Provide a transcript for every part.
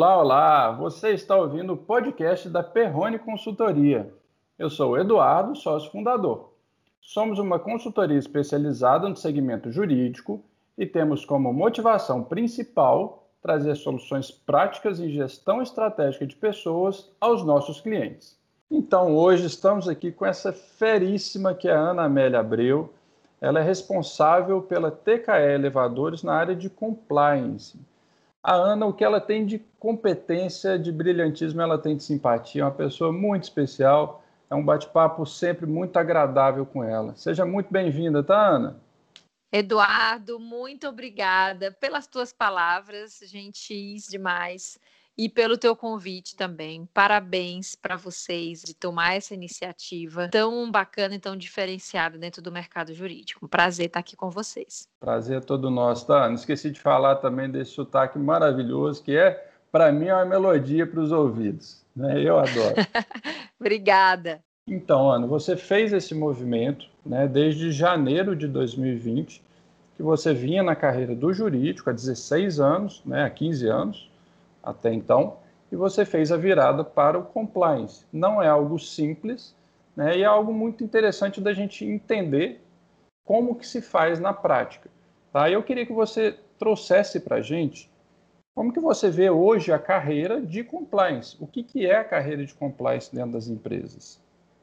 Olá, olá! Você está ouvindo o podcast da Perrone Consultoria. Eu sou o Eduardo, sócio fundador. Somos uma consultoria especializada no segmento jurídico e temos como motivação principal trazer soluções práticas em gestão estratégica de pessoas aos nossos clientes. Então, hoje estamos aqui com essa feríssima que é a Ana Amélia Abreu. Ela é responsável pela TKE Elevadores na área de compliance. A Ana, o que ela tem de competência, de brilhantismo, ela tem de simpatia, é uma pessoa muito especial, é um bate-papo sempre muito agradável com ela. Seja muito bem-vinda, tá, Ana? Eduardo, muito obrigada pelas tuas palavras, gentis demais, e pelo teu convite também. Parabéns para vocês de tomar essa iniciativa tão bacana e tão diferenciada dentro do mercado jurídico. Um prazer estar aqui com vocês. Prazer é todo nosso, tá, Ana? Esqueci de falar também desse sotaque maravilhoso que para mim, é uma melodia para os ouvidos, né? Eu adoro. Obrigada. Então, Ana, você fez esse movimento, né, desde janeiro de 2020, que você vinha na carreira do jurídico há 16 anos, né, há 15 anos até então, e você fez a virada para o compliance. Não é algo simples, né, e é algo muito interessante da gente entender como que se faz na prática. Tá? Eu queria que você trouxesse para a gente como que você vê hoje a carreira de compliance. O que é a carreira de compliance dentro das empresas?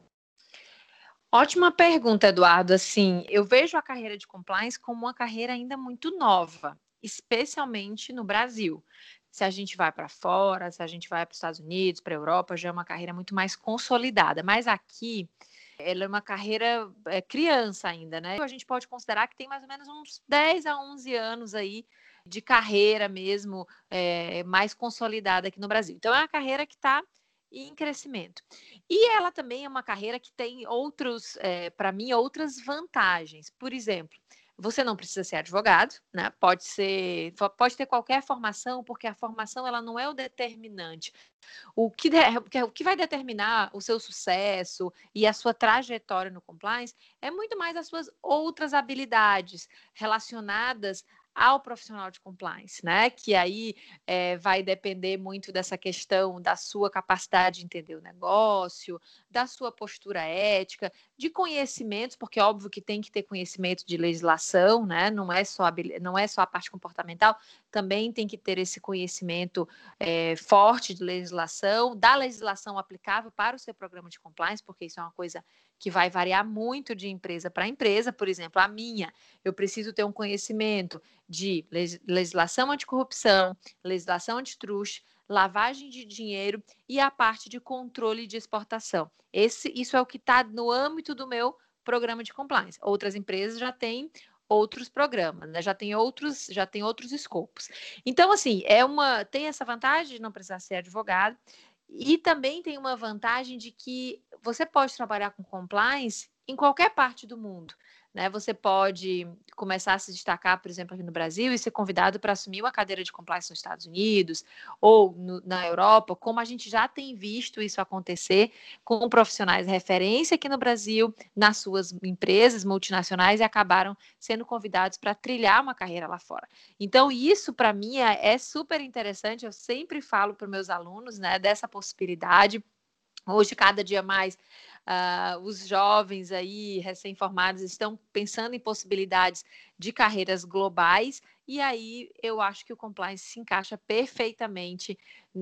Ótima pergunta, Eduardo. Assim, eu vejo a carreira de compliance como uma carreira ainda muito nova, especialmente no Brasil. Se a gente vai para fora, se a gente vai para os Estados Unidos, para a Europa, já é uma carreira muito mais consolidada. Mas aqui, ela é uma carreira criança ainda, né? A gente pode considerar que tem mais ou menos uns 10 a 11 anos aí de carreira mesmo, mais consolidada aqui no Brasil. Então, é uma carreira que está em crescimento. E ela também é uma carreira que tem para mim, outras vantagens. Por exemplo, você não precisa ser advogado, né? Pode ter qualquer formação, porque a formação ela não é o determinante. O que vai determinar o seu sucesso e a sua trajetória no compliance é muito mais as suas outras habilidades relacionadas ao profissional de compliance, né? Que aí vai depender muito dessa questão da sua capacidade de entender o negócio, da sua postura ética, de conhecimentos, porque é óbvio que tem que ter conhecimento de legislação, né? Não é só a parte comportamental, também tem que ter esse conhecimento forte de legislação, da legislação aplicável para o seu programa de compliance, porque isso é uma coisa que vai variar muito de empresa para empresa. Por exemplo, a minha, eu preciso ter um conhecimento de legislação anticorrupção, legislação antitruste, lavagem de dinheiro e a parte de controle de exportação. Isso é o que está no âmbito do meu programa de compliance. Outras empresas já têm outros programas, né? Já tem outros escopos. Então, assim, tem essa vantagem de não precisar ser advogado e também tem uma vantagem de que você pode trabalhar com compliance em qualquer parte do mundo. Né? Você pode começar a se destacar, por exemplo, aqui no Brasil e ser convidado para assumir uma cadeira de compliance nos Estados Unidos ou na Europa, como a gente já tem visto isso acontecer com profissionais de referência aqui no Brasil, nas suas empresas multinacionais e acabaram sendo convidados para trilhar uma carreira lá fora. Então, isso para mim é super interessante. Eu sempre falo para os meus alunos, né, dessa possibilidade. Hoje, cada dia mais, os jovens aí, recém-formados, estão pensando em possibilidades de carreiras globais, e aí eu acho que o compliance se encaixa perfeitamente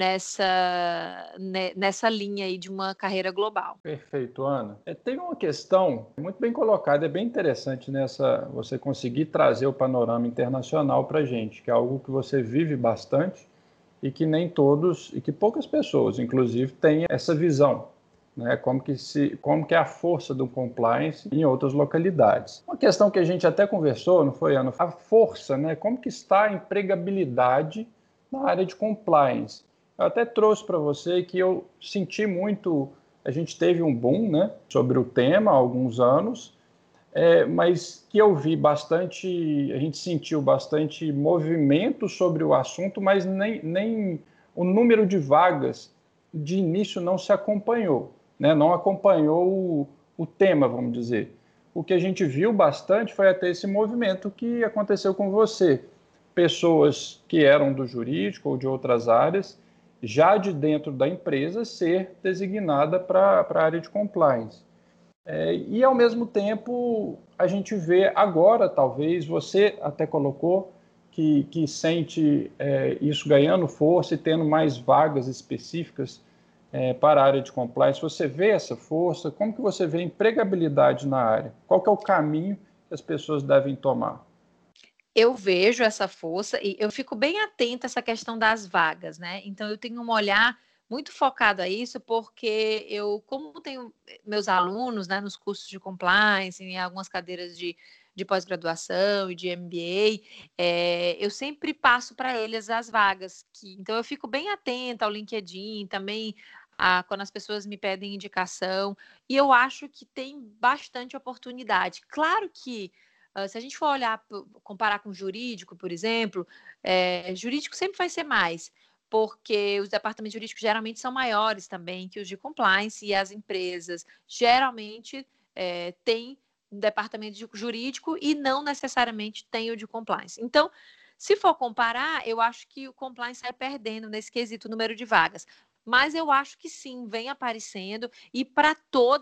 nessa linha aí de uma carreira global. Perfeito, Ana. Tem uma questão muito bem colocada, é bem interessante você conseguir trazer o panorama internacional para a gente, que é algo que você vive bastante e que nem todos, e que poucas pessoas, inclusive, têm essa visão, né? Como que é a força do compliance em outras localidades. Uma questão que a gente até conversou, não foi, Ana? A força, né? Como que está a empregabilidade na área de compliance? Eu até trouxe para você que eu senti muito, a gente teve um boom, né, sobre o tema há alguns anos, mas que eu vi bastante, a gente sentiu bastante movimento sobre o assunto, mas nem o número de vagas de início não se acompanhou, né? Não acompanhou o tema, vamos dizer. O que a gente viu bastante foi até esse movimento que aconteceu com você. Pessoas que eram do jurídico ou de outras áreas já de dentro da empresa, ser designada para a área de compliance. E, ao mesmo tempo, a gente vê agora, talvez, você até colocou, que sente isso ganhando força e tendo mais vagas específicas para a área de compliance. Você vê essa força? Como que você vê a empregabilidade na área? Qual que é o caminho que as pessoas devem tomar? Eu vejo essa força e eu fico bem atenta a essa questão das vagas, né? Então, eu tenho um olhar muito focado a isso, porque eu, como tenho meus alunos, né, nos cursos de compliance, em algumas cadeiras de pós-graduação e de MBA, eu sempre passo para eles as vagas. Então, eu fico bem atenta ao LinkedIn, também quando as pessoas me pedem indicação, e eu acho que tem bastante oportunidade. Claro que se a gente for olhar, comparar com jurídico, por exemplo, jurídico sempre vai ser mais, porque os departamentos jurídicos geralmente são maiores também que os de compliance, e as empresas geralmente têm um departamento jurídico e não necessariamente tem o de compliance. Então, se for comparar, eu acho que o compliance sai perdendo nesse quesito número de vagas. Mas eu acho que sim, vem aparecendo, e para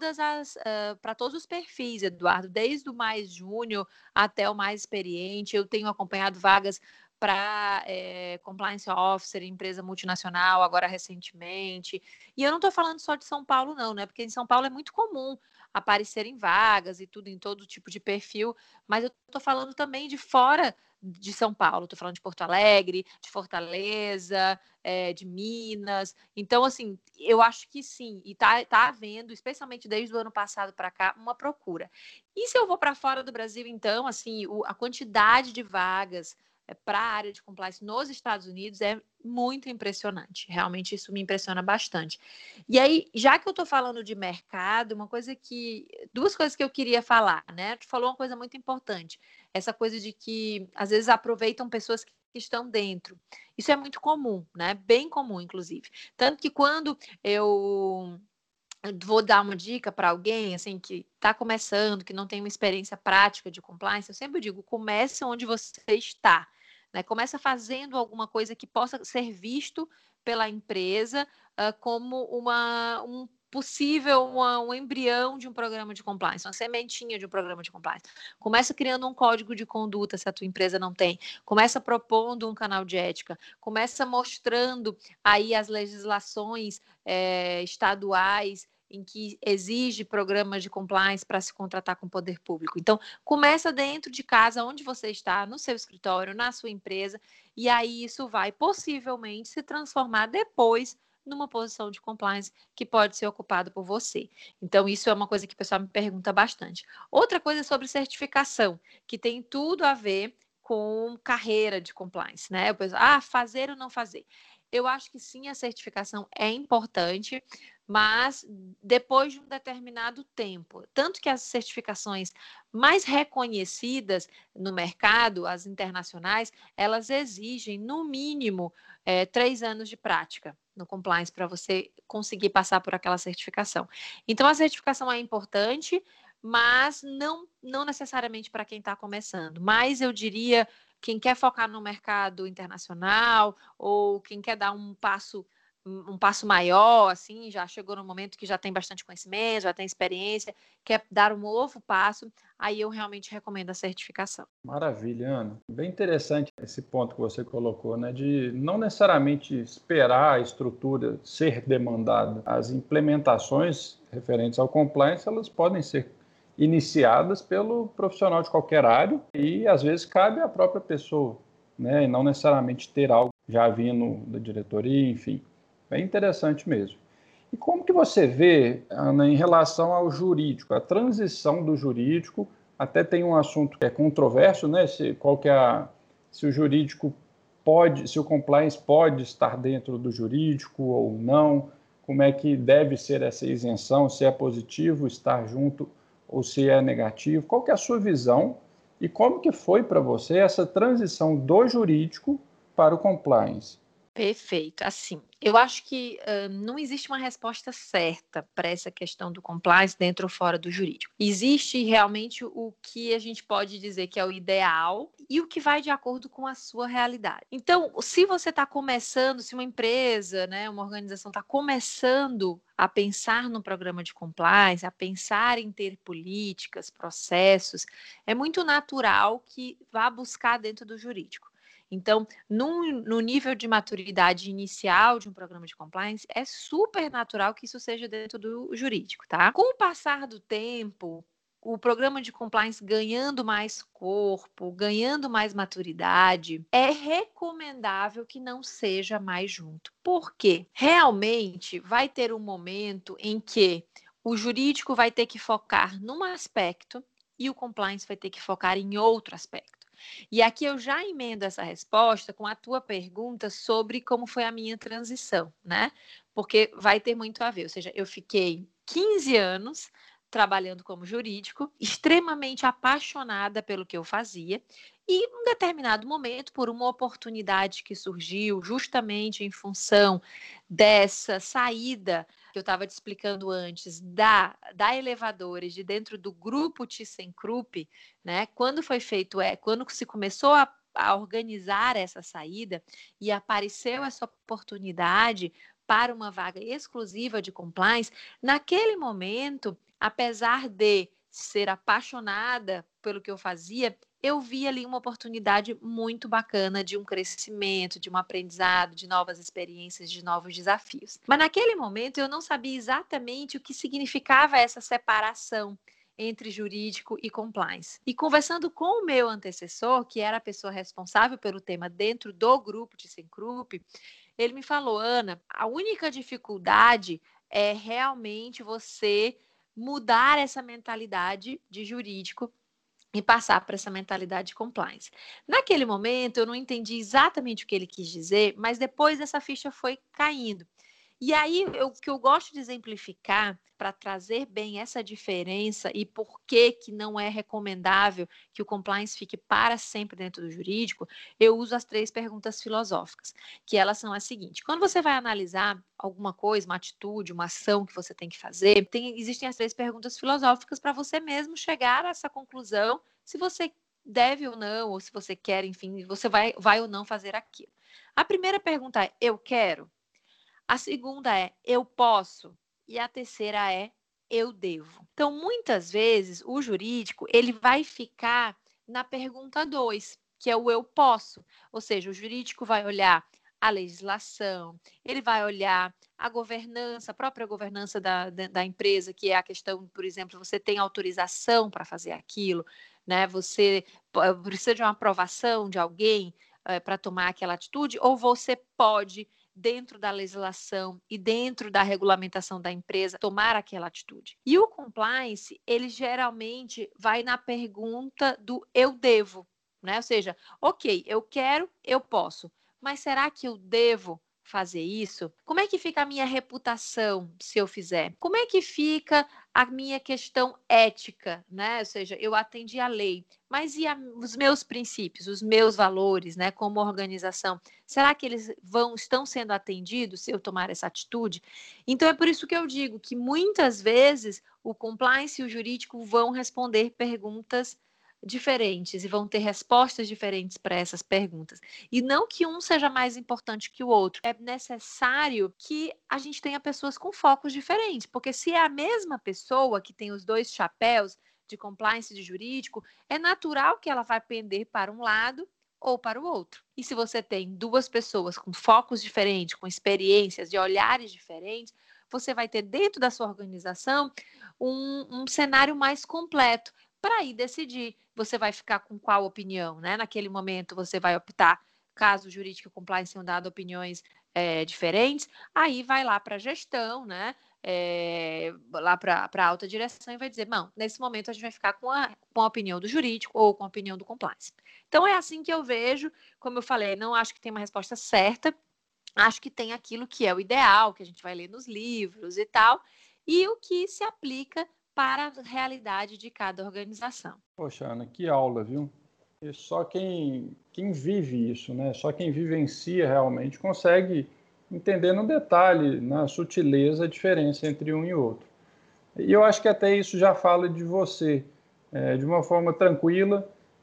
para todos os perfis, Eduardo, desde o mais júnior até o mais experiente. Eu tenho acompanhado vagas para compliance officer, empresa multinacional, agora recentemente. E eu não estou falando só de São Paulo, não, né? Porque em São Paulo é muito comum aparecer em vagas e tudo, em todo tipo de perfil, mas eu estou falando também de fora de São Paulo. Estou falando de Porto Alegre, de Fortaleza, de Minas. Então, assim, eu acho que sim, e tá havendo, especialmente desde o ano passado para cá, uma procura. E se eu vou para fora do Brasil, então, assim, a quantidade de vagas para a área de compliance nos Estados Unidos é muito impressionante. Realmente isso me impressiona bastante. E aí, já que eu estou falando de mercado, duas coisas que eu queria falar, né? Tu falou uma coisa muito importante, essa coisa de que às vezes aproveitam pessoas que estão dentro. Isso é muito comum, né? Bem comum, inclusive. Tanto que quando eu vou dar uma dica para alguém assim que está começando, que não tem uma experiência prática de compliance, eu sempre digo: comece onde você está, né? Começa fazendo alguma coisa que possa ser visto pela empresa como um possível um embrião de um programa de compliance, uma sementinha de um programa de compliance. Começa criando um código de conduta, se a tua empresa não tem. Começa propondo um canal de ética. Começa mostrando aí as legislações estaduais em que exige programas de compliance para se contratar com o poder público. Então, começa dentro de casa, onde você está, no seu escritório, na sua empresa, e aí isso vai possivelmente se transformar depois numa posição de compliance que pode ser ocupada por você. Então, isso é uma coisa que o pessoal me pergunta bastante. Outra coisa é sobre certificação, que tem tudo a ver com carreira de compliance, né? Eu penso, fazer ou não fazer? Eu acho que sim, a certificação é importante, mas depois de um determinado tempo. Tanto que as certificações mais reconhecidas no mercado, as internacionais, elas exigem, no mínimo, 3 anos de prática no compliance para você conseguir passar por aquela certificação. Então, a certificação é importante, mas não necessariamente para quem está começando. Mas eu diria, quem quer focar no mercado internacional ou quem quer dar um passo maior, assim, já chegou no momento que já tem bastante conhecimento, já tem experiência, quer dar um novo passo, aí eu realmente recomendo a certificação. Maravilha, Ana. Bem interessante esse ponto que você colocou, né? De não necessariamente esperar a estrutura ser demandada. As implementações referentes ao compliance, elas podem ser iniciadas pelo profissional de qualquer área e, às vezes, cabe à própria pessoa, né? E não necessariamente ter algo já vindo da diretoria, enfim. Bem interessante mesmo. E como que você vê, Ana, em relação ao jurídico, a transição do jurídico? Até tem um assunto que é controverso, né? Se o jurídico pode, se o compliance pode estar dentro do jurídico ou não, como é que deve ser essa isenção, se é positivo estar junto ou se é negativo. Qual que é a sua visão e como que foi para você essa transição do jurídico para o compliance? Perfeito. Assim, eu acho que não existe uma resposta certa para essa questão do compliance dentro ou fora do jurídico. Existe realmente o que a gente pode dizer que é o ideal, e o que vai de acordo com a sua realidade. Então, se você está começando, se uma empresa, né, uma organização está começando a pensar no programa de compliance, a pensar em ter políticas, processos, é muito natural que vá buscar dentro do jurídico. Então, no nível de maturidade inicial de um programa de compliance, é super natural que isso seja dentro do jurídico, tá? Com o passar do tempo, o programa de compliance ganhando mais corpo, ganhando mais maturidade, é recomendável que não seja mais junto. Por quê? Realmente vai ter um momento em que o jurídico vai ter que focar num aspecto e o compliance vai ter que focar em outro aspecto. E aqui eu já emendo essa resposta com a tua pergunta sobre como foi a minha transição, né? Porque vai ter muito a ver. Ou seja, eu fiquei 15 anos trabalhando como jurídico, extremamente apaixonada pelo que eu fazia, e em um determinado momento, por uma oportunidade que surgiu justamente em função dessa saída que eu estava te explicando antes, da Elevadores, de dentro do grupo ThyssenKrupp, né? Quando foi feito, quando se começou a organizar essa saída e apareceu essa oportunidade para uma vaga exclusiva de compliance, naquele momento, apesar de ser apaixonada pelo que eu fazia, eu vi ali uma oportunidade muito bacana de um crescimento, de um aprendizado, de novas experiências, de novos desafios. Mas naquele momento eu não sabia exatamente o que significava essa separação entre jurídico e compliance. E conversando com o meu antecessor, que era a pessoa responsável pelo tema dentro do grupo ThyssenKrupp, ele me falou: Ana, a única dificuldade é realmente você mudar essa mentalidade de jurídico e passar para essa mentalidade de compliance. Naquele momento, eu não entendi exatamente o que ele quis dizer, mas depois essa ficha foi caindo. E aí, o que eu gosto de exemplificar para trazer bem essa diferença e por que não é recomendável que o compliance fique para sempre dentro do jurídico, eu uso as 3 perguntas filosóficas, que elas são as seguintes. Quando você vai analisar alguma coisa, uma atitude, uma ação que você tem que fazer, existem as 3 perguntas filosóficas para você mesmo chegar a essa conclusão, se você deve ou não, ou se você quer, enfim, você vai ou não fazer aquilo. A primeira pergunta é: eu quero? A segunda é: eu posso? E a terceira é: eu devo. Então, muitas vezes, o jurídico ele vai ficar na pergunta 2, que é o eu posso. Ou seja, o jurídico vai olhar a legislação, ele vai olhar a governança, a própria governança da empresa, que é a questão, por exemplo, você tem autorização para fazer aquilo, né? Você precisa de uma aprovação de alguém para tomar aquela atitude, ou você pode, dentro da legislação e dentro da regulamentação da empresa, tomar aquela atitude. E o compliance, ele geralmente vai na pergunta do eu devo, né? Ou seja, ok, eu quero, eu posso, mas será que eu devo fazer isso? Como é que fica a minha reputação se eu fizer? Como é que fica a minha questão ética, né? Ou seja, eu atendi a lei, mas e os meus princípios, os meus valores, né, como organização? Será que eles estão sendo atendidos se eu tomar essa atitude? Então é por isso que eu digo que muitas vezes o compliance e o jurídico vão responder perguntas diferentes e vão ter respostas diferentes para essas perguntas. E não que um seja mais importante que o outro. É necessário que a gente tenha pessoas com focos diferentes, porque se é a mesma pessoa que tem os 2 chapéus de compliance e de jurídico, é natural que ela vai pender para um lado ou para o outro. E se você tem 2 pessoas com focos diferentes, com experiências, de olhares diferentes, você vai ter dentro da sua organização um cenário mais completo para aí decidir. Você vai ficar com qual opinião, né? Naquele momento você vai optar, caso o jurídico e o compliance tenham dado opiniões diferentes, aí vai lá para a gestão, né? Lá para a alta direção e vai dizer: não, nesse momento a gente vai ficar com a opinião do jurídico ou com a opinião do compliance. Então é assim que eu vejo. Como eu falei, não acho que tem uma resposta certa, acho que tem aquilo que é o ideal, que a gente vai ler nos livros e tal, e o que se aplica para a realidade de cada organização. Poxa, Ana, que aula, viu? E só quem vive isso, né? Só quem vivencia realmente consegue entender no detalhe, na sutileza, a diferença entre um e outro. E eu acho que até isso já fala de você, de uma forma tranquila,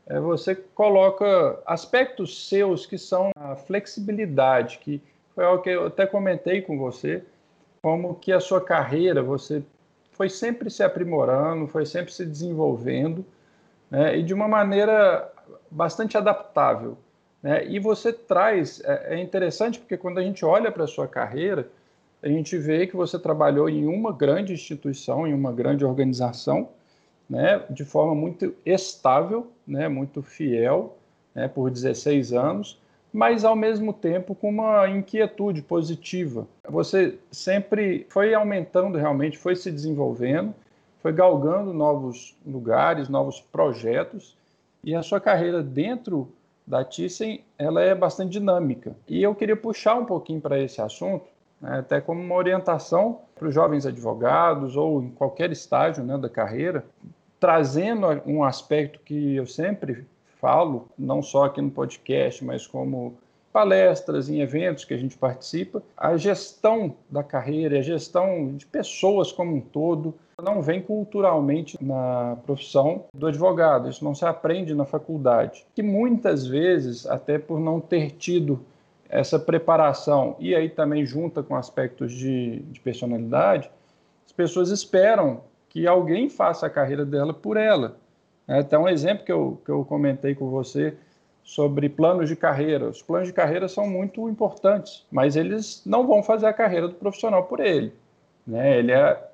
você coloca aspectos seus que são a flexibilidade, que foi algo que eu até comentei com você, como que a sua carreira, você foi sempre se aprimorando, foi sempre se desenvolvendo, né, e de uma maneira bastante adaptável, né? E você traz, é interessante porque quando a gente olha para a sua carreira, a gente vê que você trabalhou em uma grande instituição, em uma grande organização, né, de forma muito estável, né, muito fiel, né, por 16 anos, mas ao mesmo tempo com uma inquietude positiva. Você sempre foi aumentando realmente, foi se desenvolvendo, foi galgando novos lugares, novos projetos, e a sua carreira dentro da Thyssen, ela é bastante dinâmica. E eu queria puxar um pouquinho para esse assunto, né, até como uma orientação para os jovens advogados ou em qualquer estágio, né, da carreira, trazendo um aspecto que eu sempre falo, não só aqui no podcast, mas como palestras, em eventos que a gente participa, a gestão da carreira, a gestão de pessoas como um todo, não vem culturalmente na profissão do advogado, isso não se aprende na faculdade, que muitas vezes, até por não ter tido essa preparação, e aí também junta com aspectos de personalidade, as pessoas esperam que alguém faça a carreira dela por ela. Até um exemplo que eu comentei com você sobre planos de carreira. Os planos de carreira são muito importantes, mas eles não vão fazer a carreira do profissional por ele, né? Ele é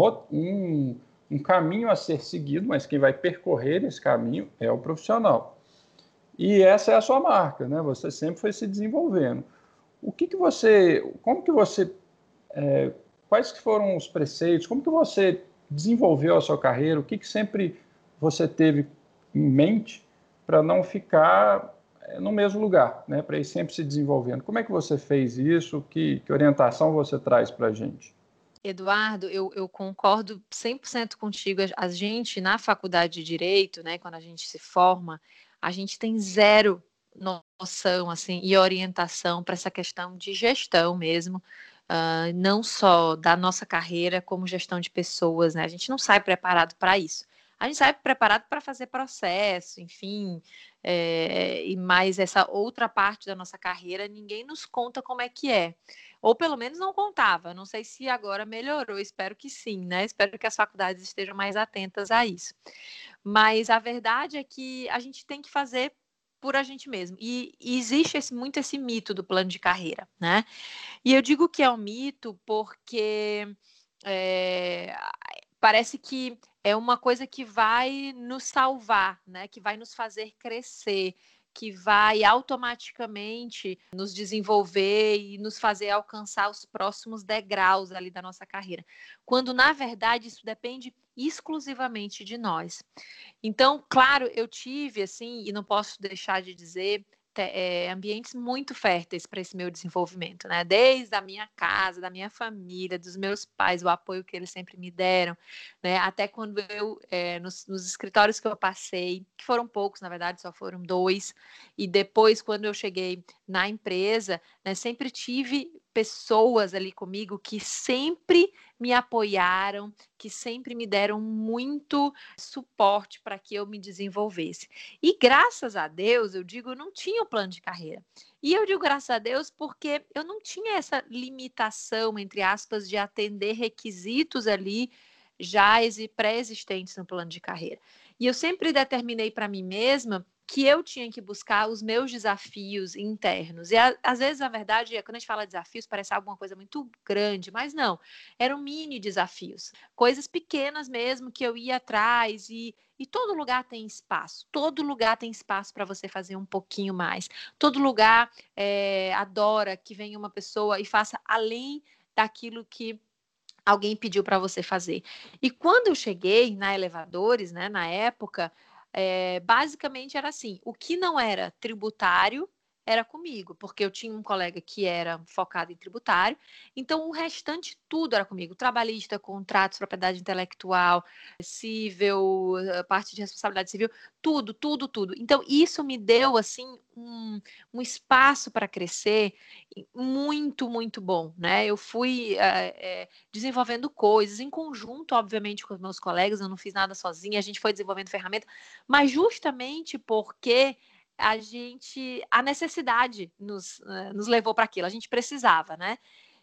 um caminho a ser seguido, mas quem vai percorrer esse caminho é o profissional. E essa é a sua marca, né? Você sempre foi se desenvolvendo. Como que você, quais que foram os preceitos? Como que você desenvolveu a sua carreira? O que sempre você teve em mente para não ficar no mesmo lugar, né? Para ir sempre se desenvolvendo. Como é que você fez isso? Que orientação você traz para a gente? Eduardo, eu concordo 100% contigo. A gente, na faculdade de Direito, né, quando a gente se forma, a gente tem zero noção assim, e orientação para essa questão de gestão mesmo, não só da nossa carreira, como gestão de pessoas, né? A gente não sai preparado para isso. A gente sai preparado para fazer processo, enfim, e mais essa outra parte da nossa carreira, ninguém nos conta como é que é. Ou pelo menos não contava. Não sei se agora melhorou, espero que sim, né? Espero que as faculdades estejam mais atentas a isso. Mas a verdade é que a gente tem que fazer por a gente mesmo. E existe muito esse mito do plano de carreira, né? E eu digo que é um mito porque é, parece que é uma coisa que vai nos salvar, né? Que vai nos fazer crescer, que vai automaticamente nos desenvolver e nos fazer alcançar os próximos degraus ali da nossa carreira. Quando, na verdade, isso depende exclusivamente de nós. Então, claro, eu tive, assim, e não posso deixar de dizer, ambientes muito férteis para esse meu desenvolvimento, né? Desde a minha casa, da minha família, dos meus pais, o apoio que eles sempre me deram, né? Até quando nos escritórios que eu passei, que foram poucos, na verdade, só foram 2, e depois, quando eu cheguei na empresa, né, sempre tive pessoas ali comigo que sempre me apoiaram, que sempre me deram muito suporte para que eu me desenvolvesse. E graças a Deus, eu digo, eu não tinha o plano de carreira. E eu digo graças a Deus porque eu não tinha essa limitação, entre aspas, de atender requisitos ali já pré-existentes no plano de carreira. E eu sempre determinei para mim mesma que eu tinha que buscar os meus desafios internos. E às vezes, a verdade, quando a gente fala desafios, parece alguma coisa muito grande, mas não. Eram mini desafios, coisas pequenas mesmo que eu ia atrás e todo lugar tem espaço. Todo lugar tem espaço para você fazer um pouquinho mais. Todo lugar adora que venha uma pessoa e faça além daquilo que alguém pediu para você fazer. E quando eu cheguei na Elevadores, né, na época, basicamente era assim: o que não era tributário era comigo, porque eu tinha um colega que era focado em tributário, então o restante tudo era comigo, trabalhista, contratos, propriedade intelectual, cível, parte de responsabilidade civil, tudo, tudo, tudo. Então isso me deu assim um espaço para crescer muito, muito bom, né? Eu fui desenvolvendo coisas em conjunto, obviamente, com os meus colegas, eu não fiz nada sozinha, a gente foi desenvolvendo ferramentas, mas justamente porque a necessidade nos levou para aquilo, a gente precisava, né?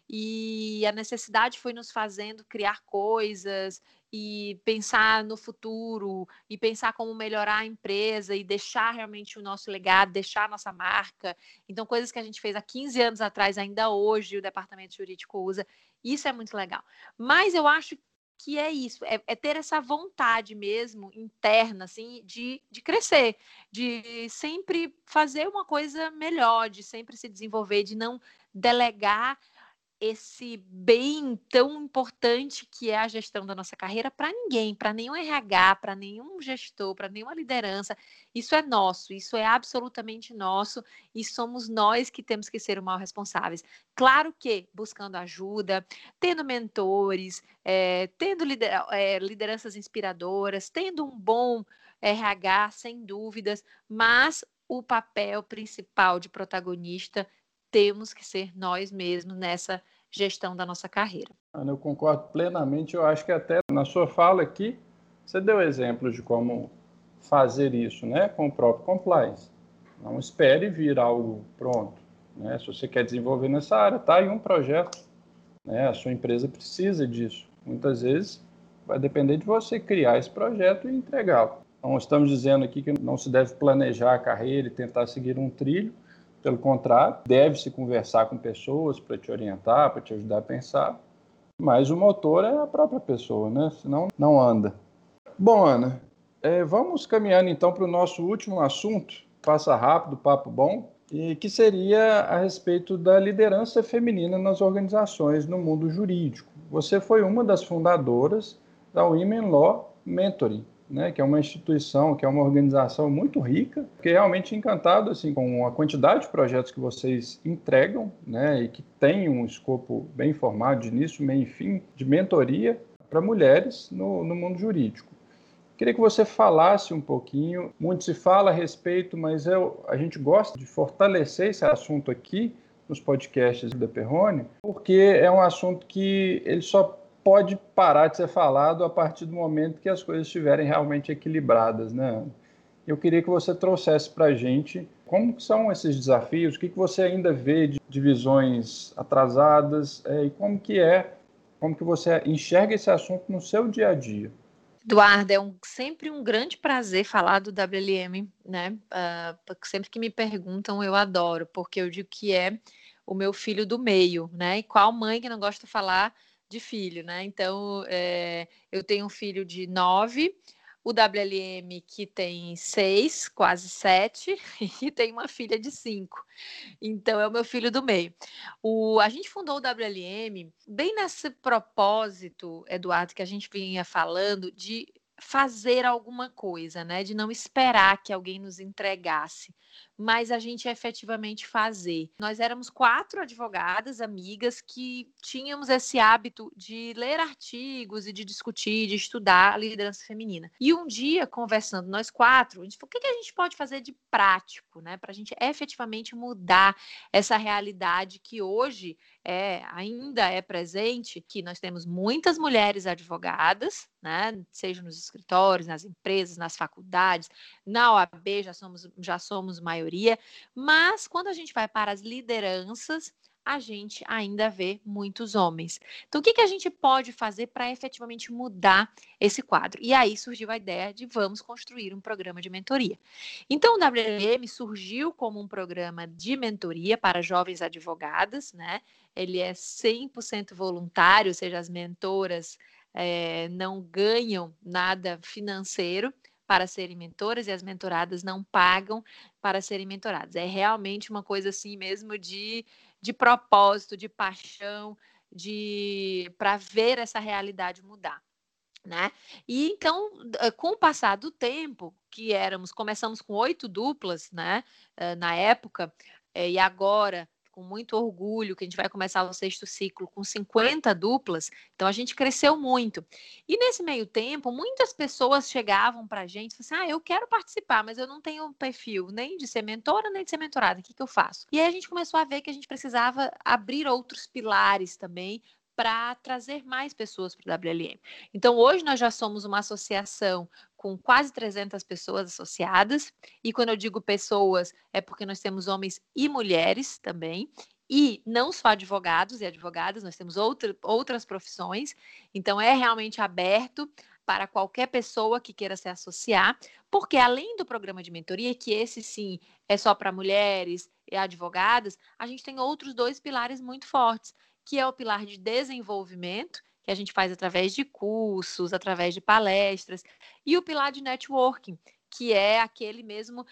E a necessidade foi nos fazendo criar coisas e pensar no futuro e pensar como melhorar a empresa e deixar realmente o nosso legado, deixar a nossa marca. Então, coisas que a gente fez há 15 anos atrás, ainda hoje o departamento jurídico usa. Isso é muito legal. Mas eu acho que é isso, é ter essa vontade mesmo interna, assim, de crescer, de sempre fazer uma coisa melhor, de sempre se desenvolver, de não delegar esse bem tão importante que é a gestão da nossa carreira para ninguém, para nenhum RH, para nenhum gestor, para nenhuma liderança. Isso é nosso, isso é absolutamente nosso e somos nós que temos que ser o maior responsáveis. Claro que buscando ajuda, tendo mentores, tendo lideranças inspiradoras, tendo um bom RH, sem dúvidas, mas o papel principal de protagonista temos que ser nós mesmos nessa gestão da nossa carreira. Ana, eu concordo plenamente. Eu acho que até na sua fala aqui, você deu exemplos de como fazer isso, né, com o próprio compliance. Não espere vir algo pronto, né? Se você quer desenvolver nessa área, tá aí um projeto, né? A sua empresa precisa disso. Muitas vezes vai depender de você criar esse projeto e entregá-lo. Não estamos dizendo aqui que não se deve planejar a carreira e tentar seguir um trilho. Pelo contrário, deve-se conversar com pessoas para te orientar, para te ajudar a pensar. Mas o motor é a própria pessoa, né? Senão não anda. Bom, Ana, vamos caminhando então para o nosso último assunto, passa rápido, papo bom, e que seria a respeito da liderança feminina nas organizações no mundo jurídico. Você foi uma das fundadoras da Women Law Mentoring, né, que é uma instituição, que é uma organização muito rica. Fiquei realmente encantado assim, com a quantidade de projetos que vocês entregam, né, e que tem um escopo bem formado de início, meio e fim, de mentoria para mulheres no mundo jurídico. Queria que você falasse um pouquinho, muito se fala a respeito, mas a gente gosta de fortalecer esse assunto aqui nos podcasts da Perrone, porque é um assunto que ele só pode parar de ser falado a partir do momento que as coisas estiverem realmente equilibradas, né? Eu queria que você trouxesse para a gente como são esses desafios, o que você ainda vê de visões atrasadas e como que você enxerga esse assunto no seu dia a dia. Eduardo, sempre um grande prazer falar do WLM, né? Sempre que me perguntam, eu adoro, porque eu digo que é o meu filho do meio, né? E qual mãe que não gosta de falar de filho, né? Então, eu tenho um filho de 9, o WLM que tem 6, quase 7, e tem uma filha de 5. Então, é o meu filho do meio. A gente fundou o WLM bem nesse propósito, Eduardo, que a gente vinha falando de fazer alguma coisa, né? De não esperar que alguém nos entregasse, mas a gente efetivamente fazer. Nós éramos 4 advogadas, amigas, que tínhamos esse hábito de ler artigos e de discutir, de estudar a liderança feminina. E um dia, conversando nós 4, a gente falou, o que a gente pode fazer de prático, né? Para a gente efetivamente mudar essa realidade que hoje ainda é presente, que nós temos muitas mulheres advogadas, né? Seja nos escritórios, nas empresas, nas faculdades, na OAB já somos maioria, mas quando a gente vai para as lideranças, a gente ainda vê muitos homens. Então, o que a gente pode fazer para efetivamente mudar esse quadro? E aí surgiu a ideia de vamos construir um programa de mentoria. Então, o WLM surgiu como um programa de mentoria para jovens advogadas, né? Ele é 100% voluntário, ou seja, as mentoras não ganham nada financeiro para serem mentoras e as mentoradas não pagam para serem mentoradas. É realmente uma coisa assim mesmo de propósito, de paixão, para ver essa realidade mudar. Né? E então, com o passar do tempo, começamos com 8 duplas, né? Na época, e agora, com muito orgulho, que a gente vai começar o 6º ciclo com 50 duplas, então a gente cresceu muito. E nesse meio tempo, muitas pessoas chegavam para a gente e falavam assim, eu quero participar, mas eu não tenho perfil nem de ser mentora, nem de ser mentorada, o que eu faço? E aí a gente começou a ver que a gente precisava abrir outros pilares também, para trazer mais pessoas para o WLM. Então, hoje nós já somos uma associação com quase 300 pessoas associadas, e quando eu digo pessoas, é porque nós temos homens e mulheres também, e não só advogados e advogadas, nós temos outras profissões, então é realmente aberto para qualquer pessoa que queira se associar, porque além do programa de mentoria, que esse sim é só para mulheres e advogadas, a gente tem outros 2 pilares muito fortes, que é o pilar de desenvolvimento, que a gente faz através de cursos, através de palestras, e o pilar de networking, que é aquele mesmo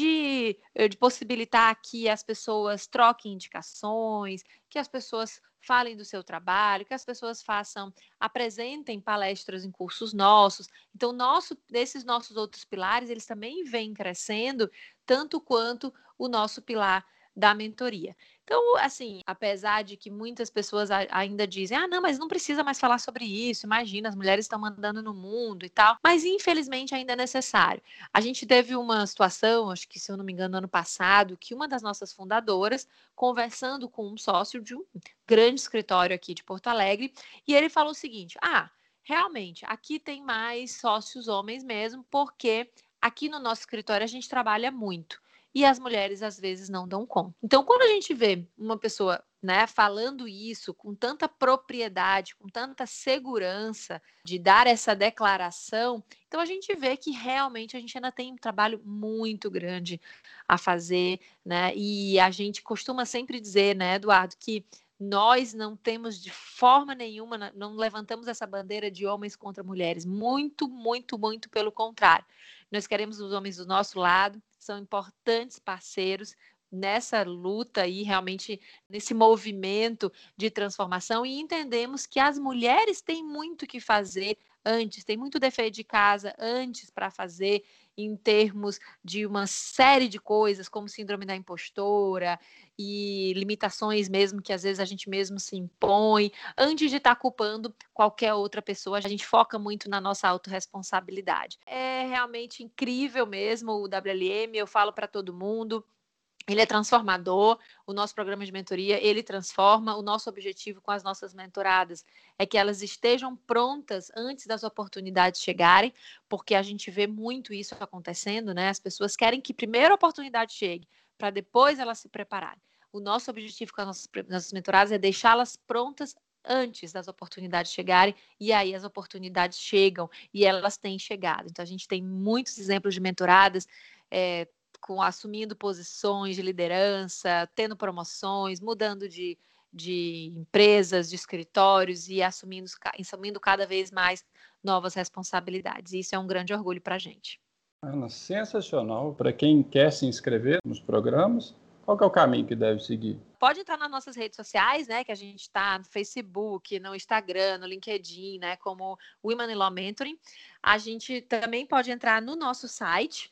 de possibilitar que as pessoas troquem indicações, que as pessoas falem do seu trabalho, que as pessoas apresentem palestras em cursos nossos. Então, esses nossos outros pilares, eles também vêm crescendo, tanto quanto o nosso pilar da mentoria. Então, assim, apesar de que muitas pessoas ainda dizem, não, mas não precisa mais falar sobre isso, imagina, as mulheres estão mandando no mundo e tal, mas infelizmente ainda é necessário. A gente teve uma situação, acho que se eu não me engano, ano passado, que uma das nossas fundadoras, conversando com um sócio de um grande escritório aqui de Porto Alegre, e ele falou o seguinte, realmente, aqui tem mais sócios homens mesmo, porque aqui no nosso escritório a gente trabalha muito. E as mulheres às vezes não dão conta. Então, quando a gente vê uma pessoa, né, falando isso com tanta propriedade, com tanta segurança de dar essa declaração, então a gente vê que realmente a gente ainda tem um trabalho muito grande a fazer, né? E a gente costuma sempre dizer, né, Eduardo, que nós não temos de forma nenhuma, não levantamos essa bandeira de homens contra mulheres. Muito, muito, muito pelo contrário. Nós queremos os homens do nosso lado, são importantes parceiros nessa luta aí, realmente nesse movimento de transformação, e entendemos que as mulheres têm muito que fazer antes, tem muito dever de casa antes para fazer, em termos de uma série de coisas, como síndrome da impostora e limitações mesmo que às vezes a gente mesmo se impõe, antes de estar culpando qualquer outra pessoa, a gente foca muito na nossa autorresponsabilidade. É realmente incrível mesmo o WLM, eu falo para todo mundo, ele é transformador, o nosso programa de mentoria, ele transforma. O nosso objetivo com as nossas mentoradas é que elas estejam prontas antes das oportunidades chegarem, porque a gente vê muito isso acontecendo, né? As pessoas querem que primeiro a oportunidade chegue, para depois elas se prepararem. O nosso objetivo com as nossas mentoradas é deixá-las prontas antes das oportunidades chegarem, e aí as oportunidades chegam, e elas têm chegado. Então, a gente tem muitos exemplos de mentoradas, assumindo posições de liderança, tendo promoções, mudando de empresas, de escritórios e assumindo cada vez mais novas responsabilidades. E isso é um grande orgulho para a gente. Ana, sensacional. Para quem quer se inscrever nos programas, qual que é o caminho que deve seguir? Pode entrar nas nossas redes sociais, né? Que a gente está no Facebook, no Instagram, no LinkedIn, né? Como Women in Law Mentoring. A gente também pode entrar no nosso site,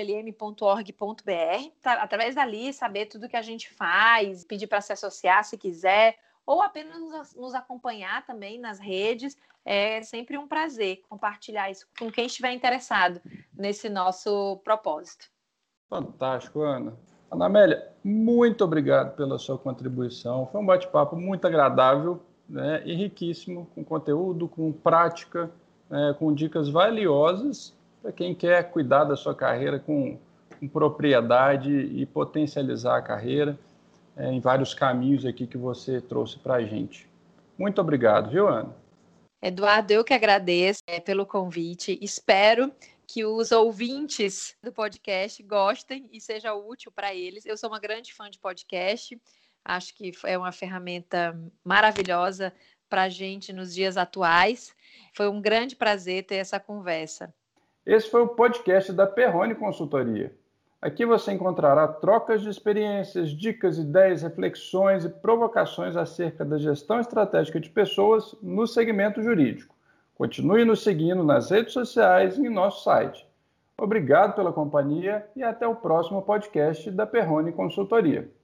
wlm.org.br, através dali saber tudo que a gente faz, pedir para se associar se quiser, ou apenas nos acompanhar também nas redes. É sempre um prazer compartilhar isso com quem estiver interessado nesse nosso propósito. Fantástico, Ana. Ana Amélia, muito obrigado pela sua contribuição. Foi um bate-papo muito agradável, né, e riquíssimo, com conteúdo, com prática, né, com dicas valiosas para quem quer cuidar da sua carreira com propriedade e potencializar a carreira em vários caminhos aqui que você trouxe para a gente. Muito obrigado, viu, Ana? Eduardo, eu que agradeço pelo convite. Espero que os ouvintes do podcast gostem e seja útil para eles. Eu sou uma grande fã de podcast. Acho que é uma ferramenta maravilhosa para a gente nos dias atuais. Foi um grande prazer ter essa conversa. Esse foi o podcast da Perrone Consultoria. Aqui você encontrará trocas de experiências, dicas, ideias, reflexões e provocações acerca da gestão estratégica de pessoas no segmento jurídico. Continue nos seguindo nas redes sociais e em nosso site. Obrigado pela companhia e até o próximo podcast da Perrone Consultoria.